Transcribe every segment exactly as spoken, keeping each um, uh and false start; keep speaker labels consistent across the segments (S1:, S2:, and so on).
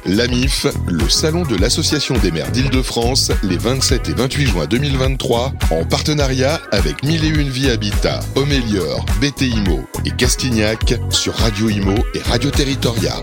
S1: L'A M I F, le salon de l'Association des maires d'Île-de-France, les vingt-sept et vingt-huit juin deux mille vingt-trois, en partenariat avec Mille et Une Vie Habitat, Homélior, B T Imo et Castignac sur Radio Imo et Radio Territoria.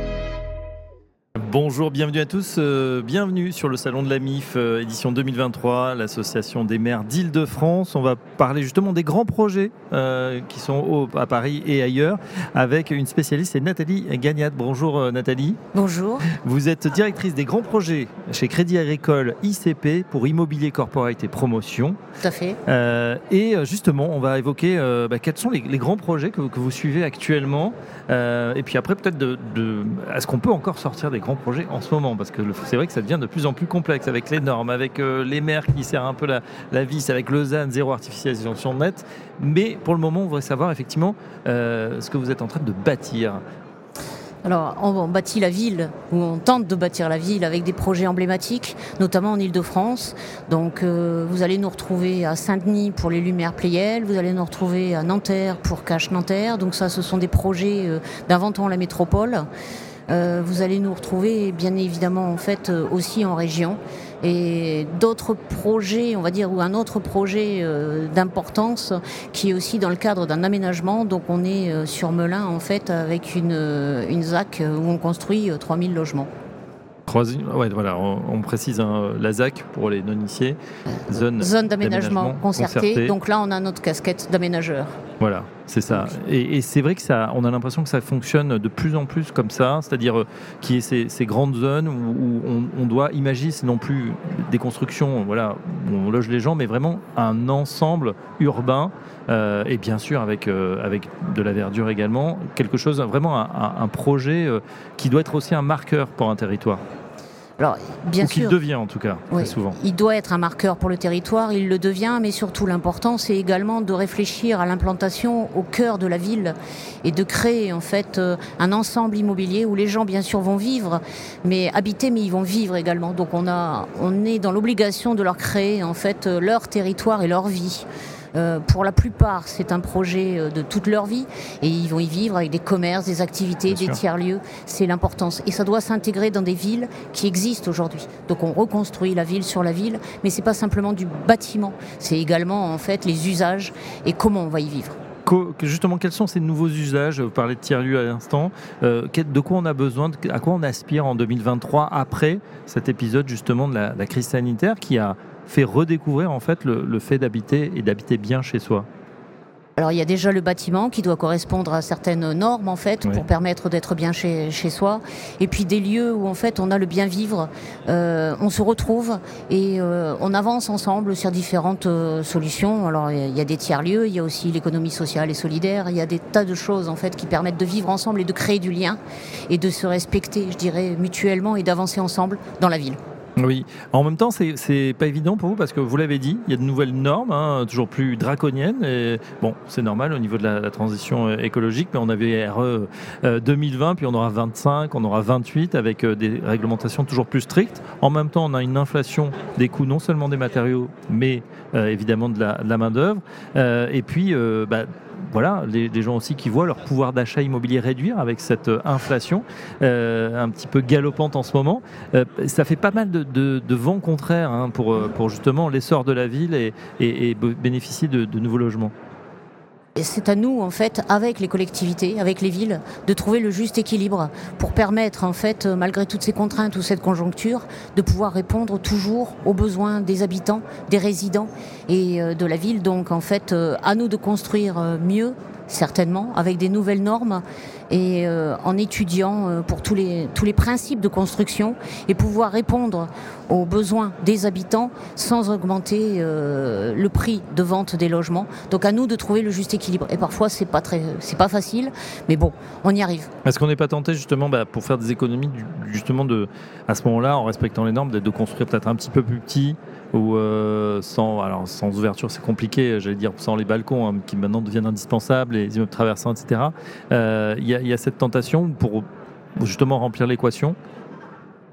S2: Bonjour, bienvenue à tous, euh, bienvenue sur le salon de l'A M I F, euh, édition deux mille vingt-trois, l'Association des maires d'Île-de-France. On va parler justement des grands projets euh, qui sont au, à Paris et ailleurs, avec une spécialiste, c'est Nathalie Gagnat. Bonjour euh, Nathalie.
S3: Bonjour.
S2: Vous êtes directrice des grands projets chez Crédit Agricole I C P pour Immobilier Corporate et Promotion.
S3: Tout à fait.
S2: Euh, et justement, on va évoquer euh, bah, quels sont les, les grands projets que, que vous suivez actuellement, euh, et puis après peut-être de, de, est-ce qu'on peut encore sortir des grands projets en ce moment, parce que c'est vrai que ça devient de plus en plus complexe avec les normes, avec euh, les maires qui serrent un peu la, la vis, avec le Z A N, zéro artificialisation nette. Mais pour le moment, on voudrait savoir effectivement euh, ce que vous êtes en train de bâtir.
S3: Alors, on bâtit la ville, ou on tente de bâtir la ville avec des projets emblématiques, notamment en Île-de-France. Donc, euh, vous allez nous retrouver à Saint-Denis pour les Lumières Pleyel, vous allez nous retrouver à Nanterre pour Cache Nanterre. Donc ça, ce sont des projets euh, d'Inventons la métropole. Euh, vous allez nous retrouver bien évidemment en fait euh, aussi en région, et d'autres projets, on va dire, ou un autre projet euh, d'importance qui est aussi dans le cadre d'un aménagement. Donc on est euh, sur Melun en fait avec une, une Z A C où on construit euh, trois mille logements.
S2: Trois, ouais, voilà, on, on précise hein, la Z A C pour les non-initiés, zone,
S3: zone d'aménagement, d'aménagement concerté. concerté. Donc là, on a notre casquette d'aménageur.
S2: Voilà, c'est ça. Et, et c'est vrai que ça, on a l'impression que ça fonctionne de plus en plus comme ça, c'est-à-dire euh, qu'il y ait ces, ces grandes zones où, où on, on doit imaginer, c'est non plus des constructions, voilà, où on loge les gens, mais vraiment un ensemble urbain. Euh, et bien sûr avec, euh, avec de la verdure également, quelque chose, vraiment un, un projet euh, qui doit être aussi un marqueur pour un territoire.
S3: Alors, bien
S2: Ou qu'il
S3: sûr,
S2: devient en tout cas,
S3: oui,
S2: très souvent.
S3: Il doit être un marqueur pour le territoire, il le devient, mais surtout l'important c'est également de réfléchir à l'implantation au cœur de la ville et de créer en fait un ensemble immobilier où les gens bien sûr vont vivre, mais habiter, mais ils vont vivre également. Donc on, a, on est dans l'obligation de leur créer en fait leur territoire et leur vie. Euh, pour la plupart, c'est un projet de toute leur vie et ils vont y vivre avec des commerces, des activités, Bien des sûr. tiers-lieux. C'est l'importance. Et ça doit s'intégrer dans des villes qui existent aujourd'hui. Donc on reconstruit la ville sur la ville, mais c'est pas simplement du bâtiment. C'est également en fait les usages et comment on va y vivre.
S2: Justement, quels sont ces nouveaux usages ? Vous parlez de tiers-lieux à l'instant. Euh, de quoi on a besoin ? À quoi on aspire en deux mille vingt-trois après cet épisode justement de la, la crise sanitaire qui a fait redécouvrir en fait le, le fait d'habiter et d'habiter bien chez soi?
S3: Alors il y a déjà le bâtiment qui doit correspondre à certaines normes en fait oui. pour permettre d'être bien chez, chez soi, et puis des lieux où en fait on a le bien vivre, euh, on se retrouve et euh, on avance ensemble sur différentes euh, solutions. Alors il y a des tiers-lieux, il y a aussi l'économie sociale et solidaire, il y a des tas de choses en fait qui permettent de vivre ensemble et de créer du lien et de se respecter, je dirais, mutuellement et d'avancer ensemble dans la ville.
S2: Oui, en même temps, c'est, c'est pas évident pour vous parce que vous l'avez dit, il y a de nouvelles normes, hein, toujours plus draconiennes. Et bon, c'est normal au niveau de la, la transition écologique, mais on avait R E euh, deux mille vingt, puis on aura vingt-cinq, on aura vingt-huit avec euh, des réglementations toujours plus strictes. En même temps, on a une inflation des coûts, non seulement des matériaux, mais euh, évidemment de la, de la main-d'œuvre. Euh, et puis, euh, bah, voilà, les, les gens aussi qui voient leur pouvoir d'achat immobilier réduire avec cette inflation euh, un petit peu galopante en ce moment. Euh, ça fait pas mal de, de, de vent contraire hein, pour, pour justement l'essor de la ville et, et, et bénéficier de, de nouveaux logements.
S3: Et c'est à nous, en fait, avec les collectivités, avec les villes, de trouver le juste équilibre pour permettre, en fait, malgré toutes ces contraintes ou cette conjoncture, de pouvoir répondre toujours aux besoins des habitants, des résidents et de la ville. Donc, en fait, à nous de construire mieux, certainement, avec des nouvelles normes et euh, en étudiant euh, pour tous les, tous les principes de construction et pouvoir répondre aux besoins des habitants sans augmenter euh, le prix de vente des logements. Donc à nous de trouver le juste équilibre. Et parfois c'est pas très, c'est pas facile, mais bon, on y arrive.
S2: Est-ce qu'on n'est pas tenté justement bah, pour faire des économies justement de, à ce moment-là, en respectant les normes, de construire peut-être un petit peu plus petit ou euh, sans, alors sans ouverture c'est compliqué, j'allais dire sans les balcons hein, qui maintenant deviennent indispensables, les immeubles traversants, et cetera. Il euh, y, y a cette tentation pour justement remplir l'équation.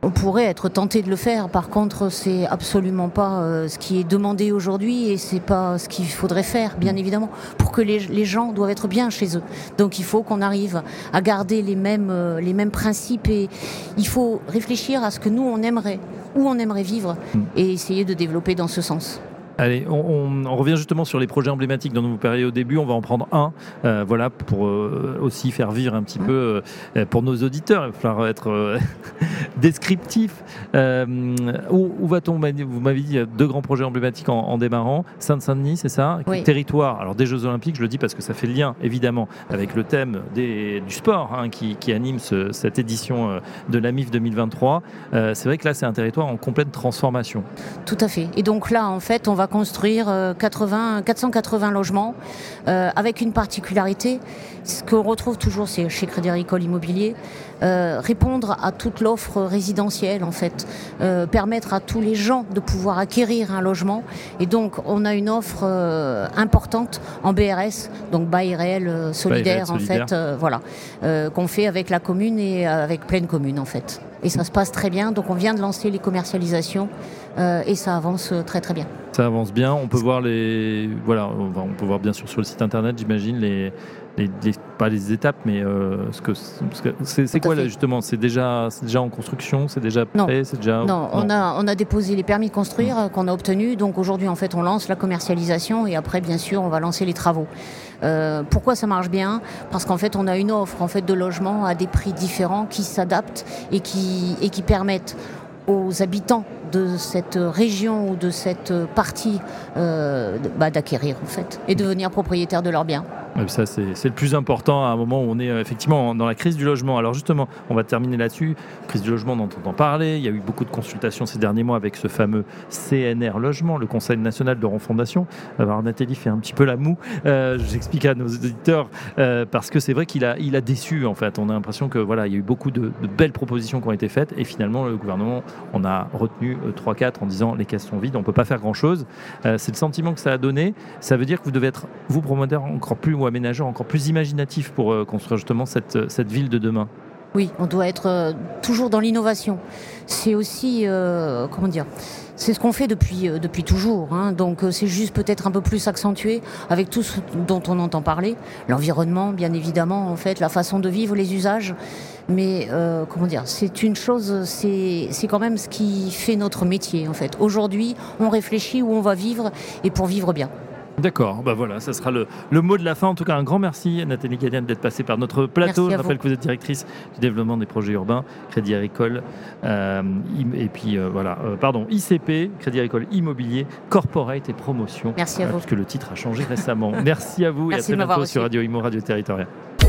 S3: On pourrait être tenté de le faire. Par contre, c'est absolument pas euh, ce qui est demandé aujourd'hui et c'est pas ce qu'il faudrait faire, bien évidemment. Pour que les, les gens doivent être bien chez eux. Donc il faut qu'on arrive à garder les mêmes, euh, les mêmes principes et il faut réfléchir à ce que nous on aimerait, où on aimerait vivre et essayer de développer dans ce sens.
S2: Allez, on, on, on revient justement sur les projets emblématiques dont vous parliez au début. On va en prendre un, euh, voilà, pour euh, aussi faire vivre un petit peu euh, pour nos auditeurs. Il va falloir être euh, descriptif. Euh, où, où va-t-on ? Vous m'avez dit deux grands projets emblématiques en, en démarrant. Seine-Saint-Denis, c'est ça ?
S3: Oui.
S2: Territoire. Alors des Jeux Olympiques, je le dis parce que ça fait le lien évidemment avec le thème des, du sport hein, qui, qui anime ce, cette édition euh, de l'A M I F deux mille vingt-trois. Euh, c'est vrai que là, c'est un territoire en complète transformation.
S3: Tout à fait. Et donc là, en fait, on va construire quatre-vingts, quatre cent quatre-vingts logements euh, avec une particularité, ce qu'on retrouve toujours chez Crédit Agricole Immobilier, euh, répondre à toute l'offre résidentielle en fait, euh, permettre à tous les gens de pouvoir acquérir un logement et donc on a une offre euh, importante en B R S, donc bail réel euh, solidaire, en fait, euh, voilà, euh, qu'on fait avec la commune et avec Pleine Commune en fait. Et ça se passe très bien, donc on vient de lancer les commercialisations euh, et ça avance très très bien.
S2: Ça avance bien, on peut voir les, voilà, on, va, on peut voir bien sûr sur le site internet, j'imagine les, les, les pas les étapes, mais euh, ce que, ce que c'est, c'est quoi là justement ? C'est déjà, c'est déjà en construction, c'est déjà prêt,
S3: non.
S2: c'est déjà.
S3: Non, non, on a, on a déposé les permis de construire mmh. qu'on a obtenus, donc aujourd'hui en fait on lance la commercialisation et après bien sûr on va lancer les travaux. Euh, pourquoi ça marche bien ? Parce qu'en fait on a une offre en fait de logements à des prix différents qui s'adaptent et qui et qui permettent aux habitants de cette région ou de cette partie euh, bah, d'acquérir en fait et devenir propriétaires de leurs biens.
S2: Ça, c'est, c'est le plus important à un moment où on est effectivement dans la crise du logement. Alors justement, on va terminer là-dessus. Crise du logement, dont on entend parler. Il y a eu beaucoup de consultations ces derniers mois avec ce fameux C N R Logement, le Conseil national de refondation. Alors Nathalie fait un petit peu la moue. Euh, j'explique à nos auditeurs euh, parce que c'est vrai qu'il a, il a déçu en fait. On a l'impression que voilà, il y a eu beaucoup de, de belles propositions qui ont été faites et finalement le gouvernement en a retenu trois quatre en disant les caisses sont vides, on peut pas faire grand-chose. Euh, c'est le sentiment que ça a donné. Ça veut dire que vous devez être vous promoteur encore plus ou aménageur encore plus imaginatif pour euh, construire justement cette, cette ville de demain.
S3: Oui, on doit être euh, toujours dans l'innovation. C'est aussi, euh, comment dire, c'est ce qu'on fait depuis, euh, depuis toujours. Hein. Donc euh, c'est juste peut-être un peu plus accentué avec tout ce dont on entend parler. L'environnement, bien évidemment, en fait, la façon de vivre, les usages. Mais euh, comment dire, c'est une chose, c'est, c'est quand même ce qui fait notre métier, en fait. Aujourd'hui, on réfléchit où on va vivre et pour vivre bien.
S2: D'accord, bah voilà, ça sera le, le mot de la fin. En tout cas, un grand merci Nathalie Gadiane d'être passée par notre plateau. Je rappelle que vous êtes directrice du développement des projets urbains, Crédit Agricole, euh, et puis euh, voilà, euh, pardon, I C P, Crédit Agricole Immobilier, Corporate et Promotion.
S3: Merci à
S2: euh,
S3: vous.
S2: Parce que le titre a changé récemment. Merci à vous
S3: merci
S2: et à très bientôt sur Radio Imo, Radio Territoriale.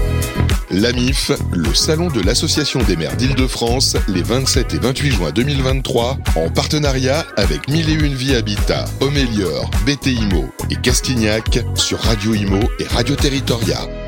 S1: L'A M I F, le salon de l'Association des maires d'Île-de-France, les vingt-sept et vingt-huit juin deux mille vingt-trois, en partenariat avec mille et une Vie Habitat, Homélior, B T Imo et Castignac sur Radio Imo et Radio Territoriale.